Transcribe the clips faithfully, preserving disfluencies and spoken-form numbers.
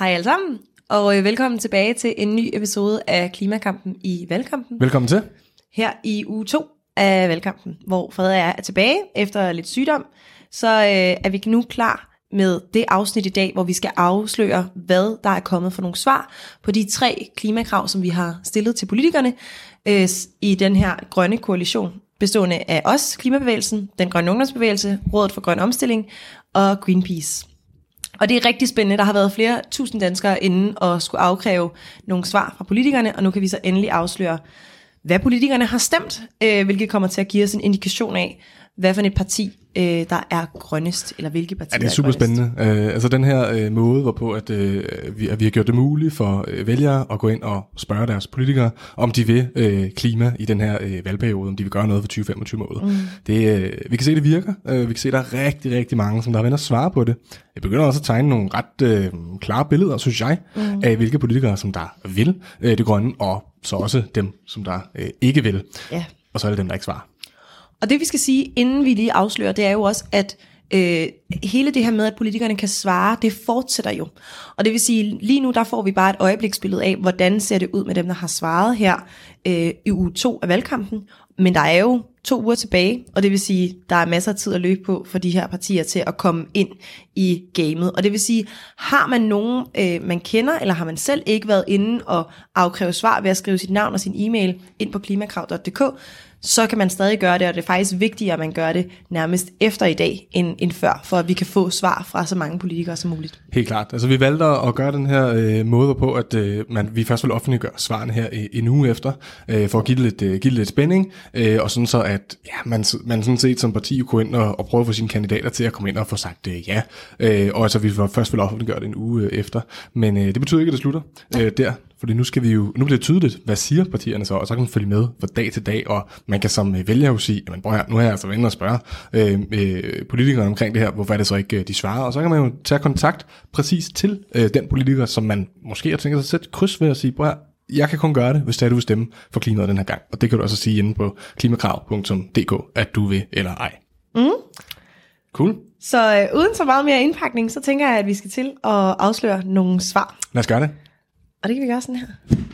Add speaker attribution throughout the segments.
Speaker 1: Hej alle sammen, og velkommen tilbage til en ny episode af Klimakampen i valgkampen.
Speaker 2: Velkommen til.
Speaker 1: Her i uge to af valgkampen, hvor Frederik er tilbage efter lidt sygdom, så øh, er vi nu klar med det afsnit i dag, hvor vi skal afsløre, hvad der er kommet for nogle svar på de tre klimakrav, som vi har stillet til politikerne øh, i den her grønne koalition, bestående af os, Klimabevægelsen, den grønne ungdomsbevægelse, Rådet for Grøn Omstilling og Greenpeace. Og det er rigtig spændende. Der har været flere tusind danskere inden og skulle afkræve nogle svar fra politikerne, og nu kan vi så endelig afsløre, hvad politikerne har stemt, øh, hvilket kommer til at give os en indikation af, hvad for et parti, øh, der er grønnest, eller hvilke partier
Speaker 2: ja, det er super spændende. Øh, altså den her øh, måde, hvorpå at, øh, vi, at vi har gjort det muligt for øh, vælgere at gå ind og spørge deres politikere, om de vil øh, klima i den her øh, valgperiode, om de vil gøre noget for tyve femogtyve-målet. Mm. Det, øh, vi kan se, det virker. Øh, vi kan se, at der er rigtig, rigtig mange, som der har vendt at svare på det. Jeg begynder også at tegne nogle ret øh, klare billeder, synes jeg, mm. af hvilke politikere, som der vil øh, det grønne, og så også dem, som der øh, ikke vil.
Speaker 1: Ja.
Speaker 2: Og så er det dem, der ikke svarer.
Speaker 1: Og det vi skal sige, inden vi lige afslører, det er jo også, at øh, hele det her med, at politikerne kan svare, det fortsætter jo. Og det vil sige, lige nu der får vi bare et øjebliksbillede af, hvordan ser det ud med dem, der har svaret her øh, i uge to af valgkampen. Men der er jo to uger tilbage, og det vil sige, der er masser af tid at løbe på for de her partier til at komme ind i gamet. Og det vil sige, har man nogen, øh, man kender, eller har man selv ikke været inde og afkræve svar ved at skrive sit navn og sin e-mail ind på klimakrav punktum d k, så kan man stadig gøre det, og det er faktisk vigtigere, at man gør det nærmest efter i dag, end, end før, for at vi kan få svar fra så mange politikere som muligt.
Speaker 2: Helt klart. Altså vi valgte at gøre den her øh, måde på, at øh, man, vi først vil offentliggøre svarene her øh, en uge efter, øh, for at give det lidt, øh, give det lidt spænding, øh, og sådan så, at ja, man, man sådan set som parti kunne ind og, og prøve at få sine kandidater til at komme ind og få sagt øh, ja, øh, og altså vi først vil offentliggøre det en uge øh, efter. Men øh, det betyder ikke, at det slutter øh, der. Fordi nu skal vi jo, nu bliver det tydeligt, hvad siger partierne så, og så kan man følge med fra dag til dag, og man kan som vælger jo sige, jamen prøv her, nu har jeg altså været inde og spørge øh, øh, politikerne omkring det her, hvorfor er det så ikke, de svarer, og så kan man jo tage kontakt præcis til øh, den politiker, som man måske har tænkt sig at sætte kryds ved at sige, prøv her, jeg kan kun gøre det, hvis det er, du vil stemme for klimaet den her gang, og det kan du også sige inde på klimakrav punktum d k, at du vil eller ej. Mm. Cool.
Speaker 1: Så øh, uden så meget mere indpakning, så tænker jeg, at vi skal til at afsløre nogle svar.
Speaker 2: Lad os gøre det.
Speaker 1: Og det kan vi gøre sådan her.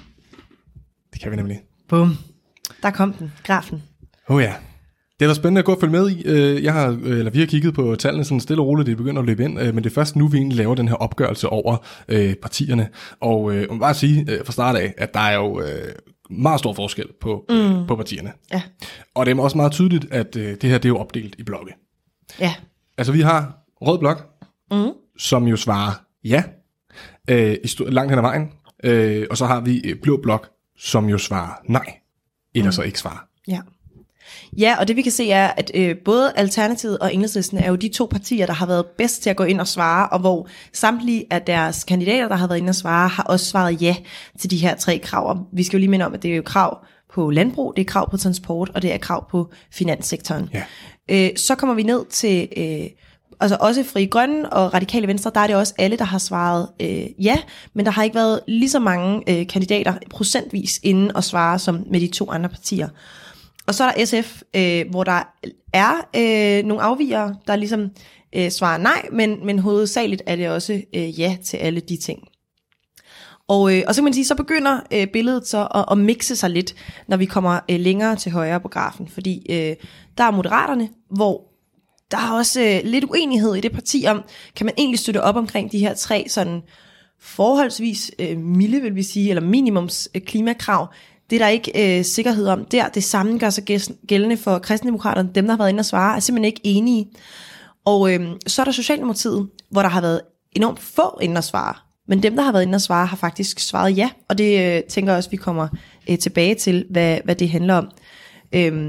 Speaker 2: Det kan vi nemlig.
Speaker 1: Bum. Der kom den. Grafen.
Speaker 2: Åh oh ja. Det er da spændende at gå og følge med i. Jeg har, eller vi har kigget på tallene sådan stille og roligt, det begynder at løbe ind, men det er først nu, vi egentlig laver den her opgørelse over øh, partierne. Og øh, jeg må bare sige øh, fra start af, at der er jo øh, meget stor forskel på, mm. øh, på partierne. Ja. Og det er også meget tydeligt, at øh, det her det er jo opdelt i blokke.
Speaker 1: Ja.
Speaker 2: Altså vi har rød blok, mm. som jo svarer ja, øh, i st- langt hen ad vejen. Øh, og så har vi blå blok, som jo svarer nej, eller mm. så ikke svarer.
Speaker 1: Ja. Ja, og det vi kan se er, at øh, både Alternativet og Enhedslisten er jo de to partier, der har været bedst til at gå ind og svare, og hvor samtlige af deres kandidater, der har været inde og svare, har også svaret ja til de her tre krav. Vi skal jo lige minde om, at det er jo krav på landbrug, det er krav på transport, og det er krav på finanssektoren. Ja. Øh, så kommer vi ned til... Øh, Altså også Frie Grønne og Radikale Venstre, der er det også alle, der har svaret øh, ja, men der har ikke været lige så mange øh, kandidater procentvis inden at svare som med de to andre partier. Og så er der S F, øh, hvor der er øh, nogle afvigere, der ligesom øh, svarer nej, men, men hovedsageligt er det også øh, ja til alle de ting. Og, øh, og så kan man sige, så begynder øh, billedet så at, at mixe sig lidt, når vi kommer øh, længere til højre på grafen, fordi øh, der er Moderaterne, hvor der er også øh, lidt uenighed i det parti om, kan man egentlig støtte op omkring de her tre sådan forholdsvis øh, milde, vil vi sige, eller minimums øh, klimakrav. Det er der ikke øh, sikkerhed om der. Det samme gør sig gældende for kristendemokraterne. Dem, der har været inde og svare, er simpelthen ikke enige. Og øh, så er der Socialdemokratiet, hvor der har været enormt få inde og svare. Men dem, der har været inde og svare, har faktisk svaret ja. Og det øh, tænker jeg også, vi kommer øh, tilbage til, hvad, hvad det handler om. Øh,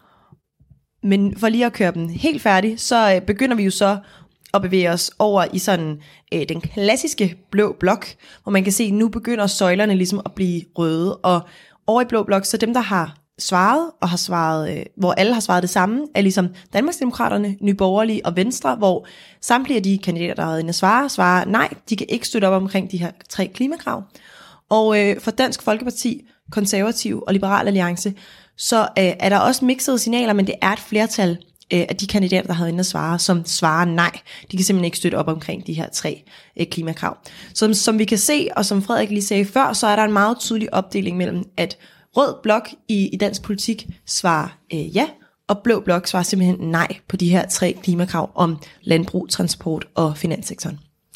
Speaker 1: Men for lige at køre dem helt færdig, så øh, begynder vi jo så at bevæge os over i sådan øh, den klassiske blå blok, hvor man kan se, at nu begynder søjlerne ligesom at blive røde. Og over i blå blok, så dem, der har svaret, og har svaret, øh, hvor alle har svaret det samme, er ligesom Danmarksdemokraterne, Nye Borgerlige og Venstre, hvor samtlige af de kandidater, der har været inde at svare, svarer nej, de kan ikke støtte op omkring de her tre klimakrav. Og øh, for Dansk Folkeparti, Konservative og Liberal Alliance, så øh, er der også mixede signaler, men det er et flertal øh, af de kandidater, der har været inde at svare, som svarer nej. De kan simpelthen ikke støtte op omkring de her tre øh, klimakrav. Som, som vi kan se, og som Frederik lige sagde før, så er der en meget tydelig opdeling mellem, at rød blok i, i dansk politik svarer øh, ja, og blå blok svarer simpelthen nej på de her tre klimakrav om landbrug, transport og finanssektoren.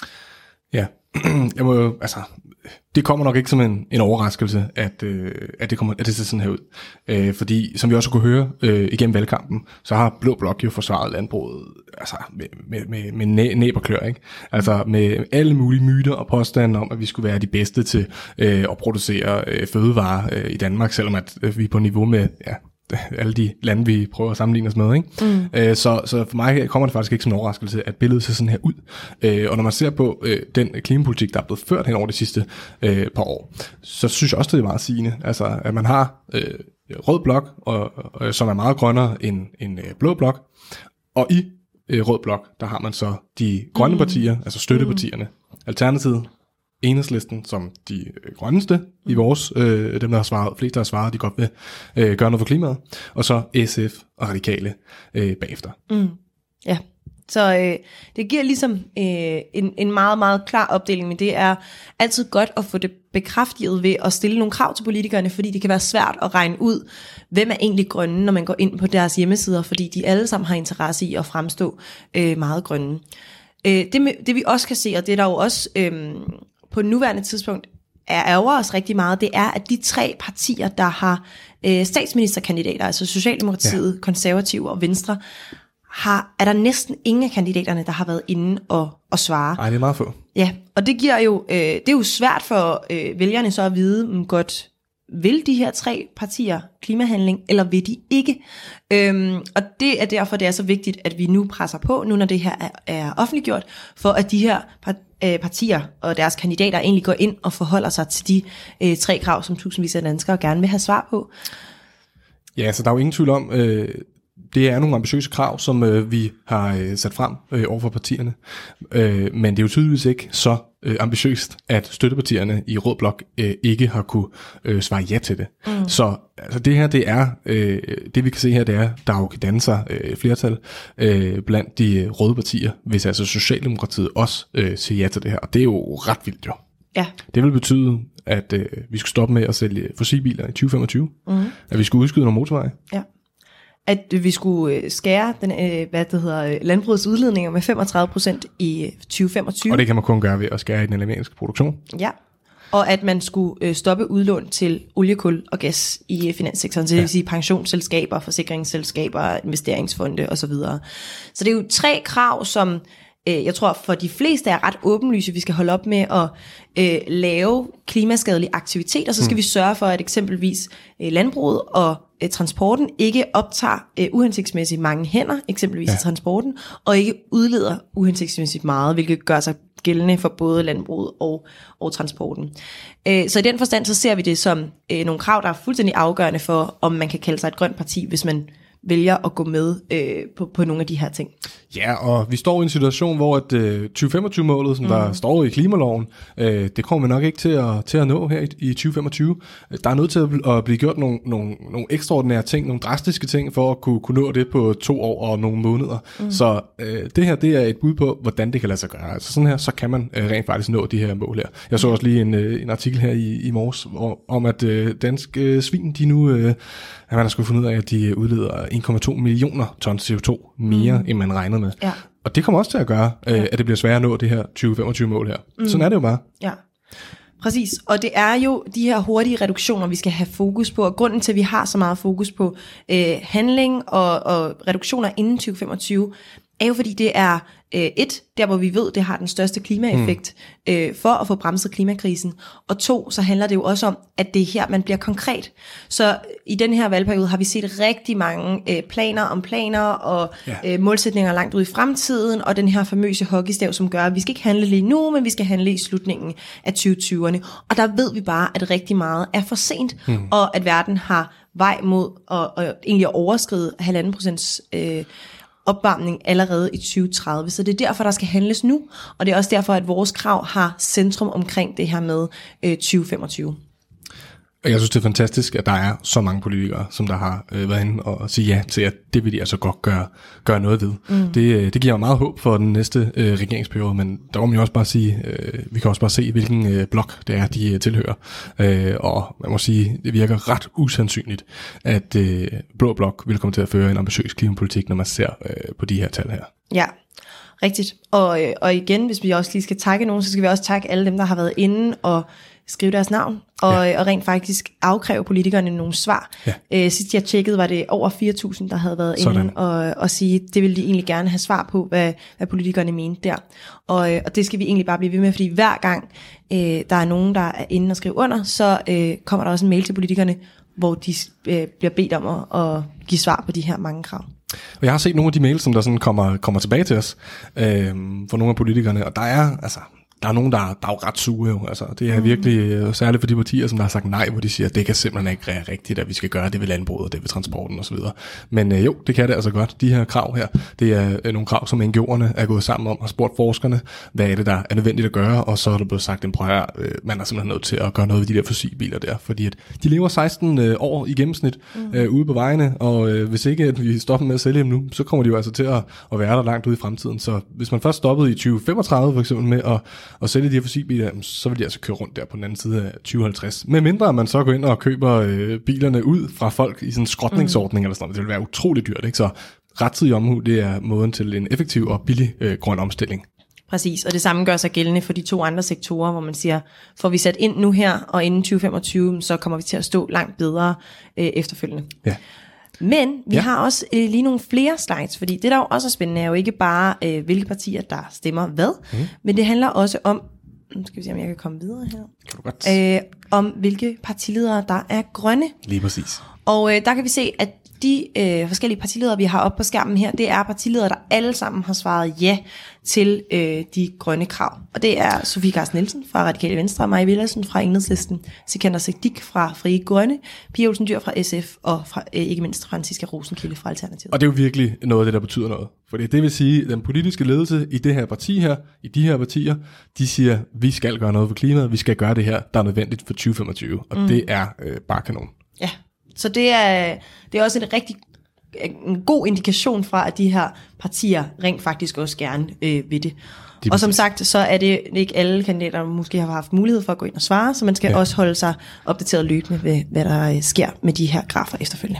Speaker 2: Ja, jeg må jo, altså, det kommer nok ikke som en, en overraskelse, at, øh, at, det kommer, at det ser sådan her ud. Øh, fordi, som vi også kunne høre øh, igennem valgkampen, så har Blå Blok jo forsvaret landbruget altså, med, med, med, med næ, næb og klør, ikke? Altså med alle mulige myter og påstande om, at vi skulle være de bedste til øh, at producere øh, fødevarer øh, i Danmark, selvom at øh, vi er på niveau med... Ja, alle de lande, vi prøver at sammenligne os med, ikke? Mm. Øh, så, så for mig kommer det faktisk ikke som en overraskelse, at billedet ser sådan her ud. Øh, og når man ser på øh, den klimapolitik, der er blevet ført hen over de sidste øh, par år, så synes jeg også, det er meget sigende. Altså, at man har øh, rød blok, og, og, som er meget grønnere end, end øh, blå blok, og i øh, rød blok, der har man så de grønne mm. partier, altså støttepartierne, mm. Alternativet, Enhedslisten som de grønneste i vores, øh, dem der har svaret, flest der har svaret, de godt vil øh, gøre noget for klimaet, og så S F og Radikale øh, bagefter.
Speaker 1: Mm. Ja, så øh, det giver ligesom øh, en, en meget, meget klar opdeling, men det er altid godt at få det bekræftet ved at stille nogle krav til politikerne, fordi det kan være svært at regne ud, hvem er egentlig grønne, når man går ind på deres hjemmesider, fordi de alle sammen har interesse i at fremstå øh, meget grønne. Øh, det, det vi også kan se, og det er der jo også... Øh, på nuværende tidspunkt er ærger os rigtig meget, det er, at de tre partier, der har øh, statsministerkandidater, altså Socialdemokratiet, ja. Konservative og Venstre, har, er der næsten ingen af kandidaterne, der har været inde og, og svare.
Speaker 2: Nej, det er meget få.
Speaker 1: Ja, og det giver jo, øh, det er jo svært for øh, vælgerne så at vide, om godt vil de her tre partier klimahandling, eller vil de ikke? Øhm, og det er derfor, det er så vigtigt, at vi nu presser på, nu når det her er, er offentliggjort, for at de her partier og deres kandidater egentlig går ind og forholder sig til de øh, tre krav, som tusindvis af danskere gerne vil have svar på.
Speaker 2: Ja, så der er jo ingen tvivl om, øh, det er nogle ambitiøse krav, som øh, vi har øh, sat frem øh, over for partierne. Øh, men det er jo tydeligvis ikke så øh, ambitiøst, at støttepartierne i Rød Blok øh, ikke har kunne øh, svare ja til det. Mm. Så altså, det her, det er, øh, det vi kan se her, det er, der jo kan danne sig øh, flertal øh, blandt de røde partier, hvis altså Socialdemokratiet også øh, siger ja til det her. Og det er jo ret vildt jo. Ja. Det vil betyde, at øh, vi skal stoppe med at sælge fossilbiler i tyve femogtyve, mm. at vi skal udskyde nogle motorveje.
Speaker 1: Ja. At vi skulle skære den, hvad det hedder, landbrugets udledninger med femogtredive procent i tyve femogtyve.
Speaker 2: Og det kan man kun gøre ved at skære i den animalske produktion.
Speaker 1: Ja, og at man skulle stoppe udlån til olie, kul og gas i finanssektoren, så det vil sige pensionsselskaber, forsikringsselskaber, investeringsfonde osv. Så det er jo tre krav, som jeg tror for de fleste er ret åbenlyse. Vi skal holde op med at øh, lave klimaskadelige aktiviteter, så skal mm. vi sørge for, at eksempelvis øh, landbruget og øh, transporten ikke optager øh, uhensigtsmæssigt mange hænder, eksempelvis ja. i transporten, og ikke udleder uhensigtsmæssigt meget, hvilket gør sig gældende for både landbruget og, og transporten. Øh, så i den forstand, så ser vi det som øh, nogle krav, der er fuldstændig afgørende for, om man kan kalde sig et grønt parti, hvis man vælger at gå med øh, på, på nogle af de her ting.
Speaker 2: Ja, og vi står i en situation, hvor at øh, tyve femogtyve-målet, som mm. der står i klimaloven, øh, det kommer vi nok ikke til at, til at nå her i, i tyve femogtyve. Der er nødt til at, at blive gjort nogle, nogle, nogle ekstraordinære ting, nogle drastiske ting, for at kunne, kunne nå det på to år og nogle måneder. Mm. Så øh, det her, det er et bud på, hvordan det kan lade sig gøre. Altså sådan her, så kan man øh, rent faktisk nå de her mål her. Jeg så også lige en, øh, en artikel her i, i morges, om, om at øh, danske øh, svin, de nu, øh, at man har skulle finde ud af, at de udleder en komma to millioner ton C O to mere, mm. end man regnede med. Ja. Og det kommer også til at gøre, øh, at det bliver sværere at nå det her tyve femogtyve-mål her. Mm. Sådan er det jo bare.
Speaker 1: Ja, præcis. Og det er jo de her hurtige reduktioner, vi skal have fokus på. Og grunden til, at vi har så meget fokus på øh, handling og, og reduktioner inden tyve femogtyve, er jo fordi det er øh, et, der hvor vi ved, det har den største klimaeffekt mm. øh, for at få bremset klimakrisen. Og to, så handler det jo også om, at det er her, man bliver konkret. Så i den her valgperiode har vi set rigtig mange øh, planer om planer og ja. øh, målsætninger langt ud i fremtiden, og den her famøse hockeystav, som gør, at vi skal ikke handle lige nu, men vi skal handle i slutningen af tyve tyverne. Og der ved vi bare, at rigtig meget er for sent, mm. og at verden har vej mod at, at egentlig at overskride halvanden procents øh, opvarmning allerede i tyve tredive. Så det er derfor, der skal handles nu, og det er også derfor, at vores krav har centrum omkring det her med øh, tyve femogtyve.
Speaker 2: Og jeg synes, det er fantastisk, at der er så mange politikere, som der har øh, været inde og sige ja til, at det vil de altså godt gøre, gøre noget ved. Mm. Det, det giver mig meget håb for den næste øh, regeringsperiode, men der må man jo også bare sige, øh, vi kan også bare se, hvilken øh, blok det er, de øh, tilhører. Øh, og man må sige, det virker ret usandsynligt, at øh, Blå Blok vil komme til at føre en ambitiøs klimapolitik, når man ser øh, på de her tal her.
Speaker 1: Ja, rigtigt. Og, og igen, hvis vi også lige skal takke nogen, så skal vi også takke alle dem, der har været inde og skrive deres navn, og, ja. og rent faktisk afkræve politikerne nogle svar. Ja. Øh, sidst jeg tjekkede, var det over fire tusind, der havde været Sådan. inde og, og sige, det ville de egentlig gerne have svar på, hvad, hvad politikerne mente der. Og, og det skal vi egentlig bare blive ved med, fordi hver gang øh, der er nogen, der er inde og skrive under, så øh, kommer der også en mail til politikerne, hvor de øh, bliver bedt om at, at give svar på de her mange krav.
Speaker 2: Og jeg har set nogle af de mails, som der sådan kommer, kommer tilbage til os øh, for nogle af politikerne, og der er altså der er nogen, der, der er jo ret sure jo. Altså, det er virkelig særligt for de partier, som der har sagt nej, hvor de siger, at det kan simpelthen ikke være rigtigt, at vi skal gøre det ved landbruget, og det ved transporten osv. Men øh, jo, det kan det altså godt. De her krav her, det er øh, nogle krav, som N G O'erne er gået sammen om, og spurgt forskerne, hvad er det, der er nødvendigt at gøre, og så er der blevet sagt, at øh, man er simpelthen nødt til at gøre noget ved de der fossilbiler der, fordi at de lever seksten øh, år i gennemsnit øh, ude på vejene, og øh, hvis ikke at vi stopper med at sælge dem nu, så kommer de jo altså til at, at være der langt ude i fremtiden. Så hvis man først stoppede i tyve femogtredive for eksempel med at, at sælge de her fossilbiler, så vil de altså køre rundt der på den anden side af tyve halvtreds. Med mindre man så går ind og køber øh, bilerne ud fra folk i sådan en skrotningsordning mm. eller sådan noget. Det vil være utroligt dyrt, ikke? Så rettidig omhu, det er måden til en effektiv og billig øh, grøn omstilling.
Speaker 1: Præcis, og det samme gør sig gældende for de to andre sektorer, hvor man siger, får vi sat ind nu her, og inden tyve femogtyve, så kommer vi til at stå langt bedre øh, efterfølgende. Ja. Men vi ja. har også øh, lige nogle flere slides, fordi det der jo også er spændende, er jo ikke bare, øh, hvilke partier, der stemmer hvad, mm. men det handler også om, nu skal vi se, om jeg kan komme videre her,
Speaker 2: kan du godt.
Speaker 1: Øh, om hvilke partiledere, der er grønne.
Speaker 2: Lige præcis.
Speaker 1: Og øh, der kan vi se, at de øh, forskellige partiledere, vi har oppe på skærmen her, det er partiledere, der alle sammen har svaret ja til øh, de grønne krav. Og det er Sofie Carsten Nielsen fra Radikale Venstre, Maja Villadsen fra Enhedslisten, Sikander Siddique fra Frie Grønne, Pia Olsen Dyhr fra S F og fra, øh, ikke mindst Franciska Rosenkilde fra Alternativet.
Speaker 2: Og det er jo virkelig noget af det, der betyder noget. For det vil sige, at den politiske ledelse i det her parti her, i de her partier, de siger, vi skal gøre noget for klimaet, vi skal gøre det her, der er nødvendigt for tyve femogtyve. Og mm. det er øh, bare kanon.
Speaker 1: Ja. Så det er, det er også en rigtig en god indikation fra, at de her partier rent faktisk også gerne øh, vil det. De og som sagt, så er det ikke alle kandidater, der måske har haft mulighed for at gå ind og svare, så man skal ja. også holde sig opdateret løbende ved, hvad der sker med de her grafer efterfølgende.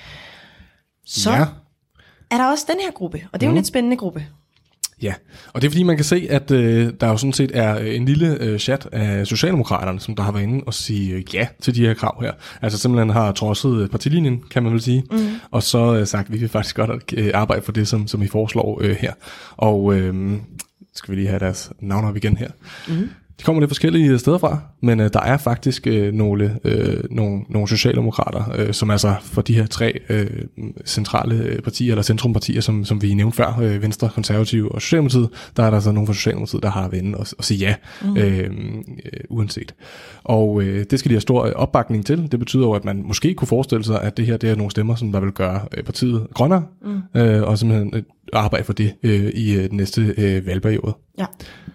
Speaker 1: Så ja. er der også den her gruppe, og det er jo mm. en lidt spændende gruppe.
Speaker 2: Ja, og det er fordi man kan se, at øh, der jo sådan set er en lille øh, chat af Socialdemokraterne, som der har været inde og sige øh, ja til de her krav her. Altså simpelthen har trodset partilinjen, kan man vel sige, mm. og så øh, sagt, at vi vil faktisk godt øh, arbejde for det, som, som I foreslår øh, her. Og øh, skal vi lige have deres navn op igen her. Mm. De kommer lidt forskellige steder fra, men øh, der er faktisk øh, nogle, øh, nogle, nogle socialdemokrater, øh, som altså for de her tre øh, centrale partier, eller centrumpartier, som, som vi nævnte før, øh, Venstre, Konservative og Socialdemokratiet, der er der altså nogle fra Socialdemokratiet, der har været inde og, og sige ja, mm. øh, øh, uanset. Og øh, det skal de have stor opbakning til. Det betyder jo, at man måske kunne forestille sig, at det her det er nogle stemmer, som der vil gøre øh, partiet grønnere, mm. øh, og simpelthen øh, arbejde for det øh, i øh, den næste øh, valgperiode.
Speaker 1: Ja.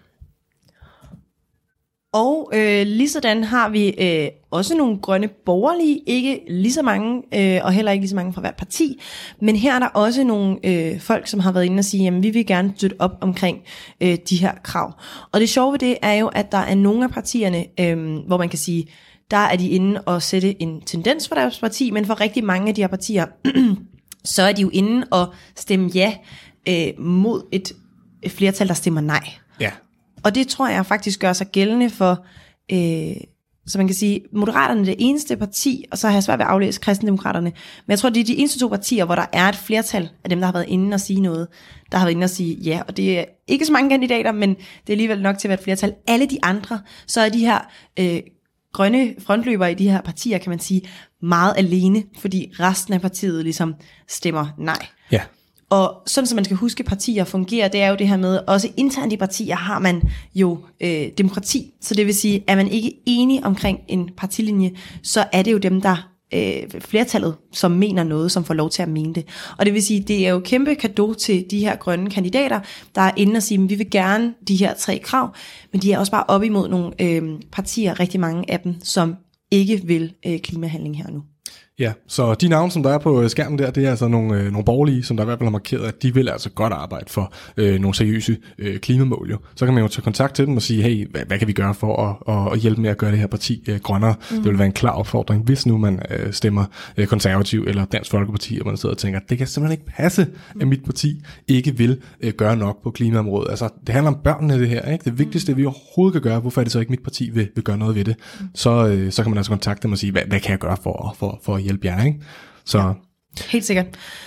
Speaker 1: Og øh, ligesådan har vi øh, også nogle grønne borgerlige, ikke lige så mange, øh, og heller ikke lige så mange fra hvert parti, men her er der også nogle øh, folk, som har været inde og sige, jamen vi vil gerne støtte op omkring øh, de her krav. Og det sjove ved det er jo, at der er nogle af partierne, øh, hvor man kan sige, der er de inde og sætte en tendens for deres parti, men for rigtig mange af de her partier, så er de jo inde og stemme ja øh, mod et, et flertal, der stemmer nej.
Speaker 2: Ja.
Speaker 1: Og det tror jeg faktisk gør sig gældende for, øh, så man kan sige, Moderaterne er det eneste parti, og så har jeg svært ved at aflæse Kristendemokraterne, men jeg tror, det er de eneste to partier, hvor der er et flertal af dem, der har været inde og sige noget, der har været inde og sige ja, og det er ikke så mange kandidater, men det er alligevel nok til at være et flertal. Alle de andre, så er de her øh, grønne frontløbere i de her partier, kan man sige, meget alene, fordi resten af partiet ligesom stemmer nej.
Speaker 2: Ja.
Speaker 1: Og sådan som man skal huske, partier fungerer, det er jo det her med, også internt i partier har man jo øh, demokrati. Så det vil sige, er man ikke enig omkring en partilinje, så er det jo dem, der øh, flertallet, som mener noget, som får lov til at mene det. Og det vil sige, det er jo kæmpe cadeau til de her grønne kandidater, der er inde og sige, at vi vil gerne de her tre krav, men de er også bare op imod nogle øh, partier, rigtig mange af dem, som ikke vil øh, klimahandling her nu.
Speaker 2: Ja, så de navne, som der er på skærmen der, det er altså nogle, øh, nogle borgerlige, som der i hvert fald har markeret, at de vil altså godt arbejde for øh, nogle seriøse øh, klimamål. Jo. Så kan man jo tage kontakt til dem og sige, hey, hvad, hvad kan vi gøre for at, at, at hjælpe med at gøre det her parti øh, grønnere? Mm. Det vil være en klar opfordring, hvis nu man øh, stemmer øh, konservativ eller Dansk Folkeparti, og man sidder og tænker, det kan simpelthen ikke passe, at mit parti ikke vil øh, gøre nok på klimaområdet. Altså, det handler om børnene det her, ikke? Det vigtigste, vi overhovedet kan gøre, hvorfor er det så ikke mit parti vil, vil gøre noget ved det? Mm. Så, øh, så kan man altså kontakte dem og sige, hvad, hvad kan jeg gøre for, for, for at hjælpe jer, ikke? Så. Ja,
Speaker 1: helt sikkert.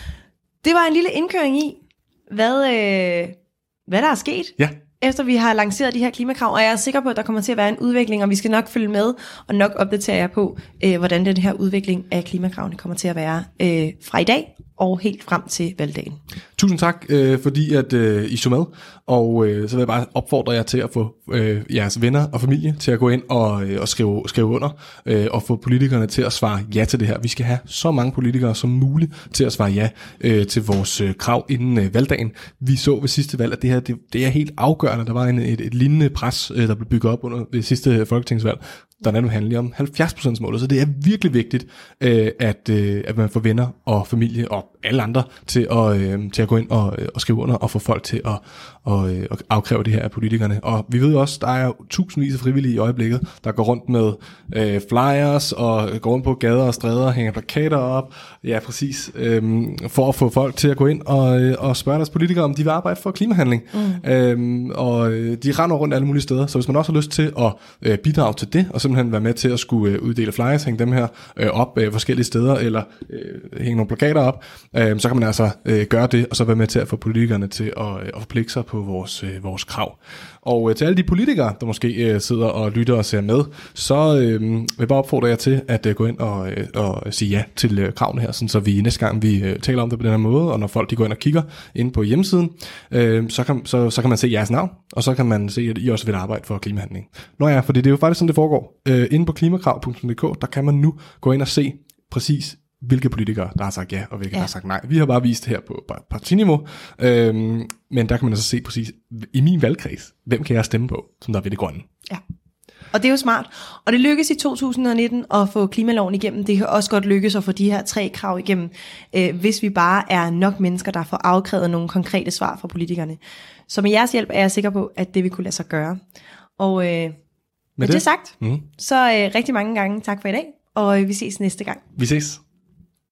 Speaker 1: Det var en lille indkøring i, hvad, øh, hvad der er sket,
Speaker 2: ja.
Speaker 1: efter vi har lanceret de her klimakrav, og jeg er sikker på, at der kommer til at være en udvikling, og vi skal nok følge med, og nok opdatere jer på, øh, hvordan den her udvikling af klimakravene kommer til at være øh, fra i dag, og helt frem til valgdagen.
Speaker 2: Tusind tak, øh, fordi at øh, I så med, og øh, så vil jeg bare opfordre jer til at få øh, jeres venner og familie til at gå ind og, øh, og skrive, skrive under, øh, og få politikerne til at svare ja til det her. Vi skal have så mange politikere som muligt til at svare ja øh, til vores øh, krav inden øh, valgdagen. Vi så ved sidste valg, at det her det, det er helt afgørende. Der var en, et, et lignende pres, øh, der blev bygget op under det sidste folketingsvalg, der netop handler om halvfjerds procent målet, så det er virkelig vigtigt, øh, at, øh, at man får venner og familie og alle andre til at, øh, til at gå ind og, øh, og skrive under og få folk til at, og, øh, at afkræve det her af politikerne. Og vi ved jo også, der er tusindvis af frivillige i øjeblikket, der går rundt med øh, flyers og går rundt på gader og stræder, hænger plakater op, ja præcis, øh, for at få folk til at gå ind og, øh, og spørge deres politikere, om de vil arbejde for klimahandling. Mm. Øh, og de render rundt alle mulige steder, så hvis man også har lyst til at øh, bidrage til det, og simpelthen være med til at skulle øh, uddele flyers, hænge dem her øh, op øh, forskellige steder, eller øh, hænge nogle plakater op, øh, så kan man altså øh, gøre det, og så være med til at få politikerne til at, øh, at forpligte sig på vores, øh, vores krav. Og øh, til alle de politikere, der måske øh, sidder og lytter og ser med, så øh, vil jeg bare opfordre jer til at øh, gå ind og, øh, og sige ja til øh, kravene her, sådan, så vi næste gang vi øh, taler om det på den her måde, og når folk de går ind og kigger ind på hjemmesiden, øh, så, kan, så, så kan man se jeres navn, og så kan man se, at I også vil arbejde for klimahandling. Nå ja, fordi det er jo faktisk sådan, det foregår. Øh, inde på klimakrav punktum d k, der kan man nu gå ind og se præcis, hvilke politikere, der har sagt ja, og hvilke, ja. der har sagt nej. Vi har bare vist det her på partiniveau, øhm, men der kan man altså se præcis, i min valgkreds, hvem kan jeg stemme på, som der vil det grønne.
Speaker 1: Ja, og det er jo smart. Og det lykkes i to tusind nitten at få klimaloven igennem. Det kan også godt lykkes at få de her tre krav igennem, øh, hvis vi bare er nok mennesker, der får afkrævet nogle konkrete svar fra politikerne. Så med jeres hjælp er jeg sikker på, at det vil kunne lade sig gøre. Og øh, med, med det, det sagt, mm. så øh, rigtig mange gange tak for i dag, og øh, vi ses næste gang.
Speaker 2: Vi ses.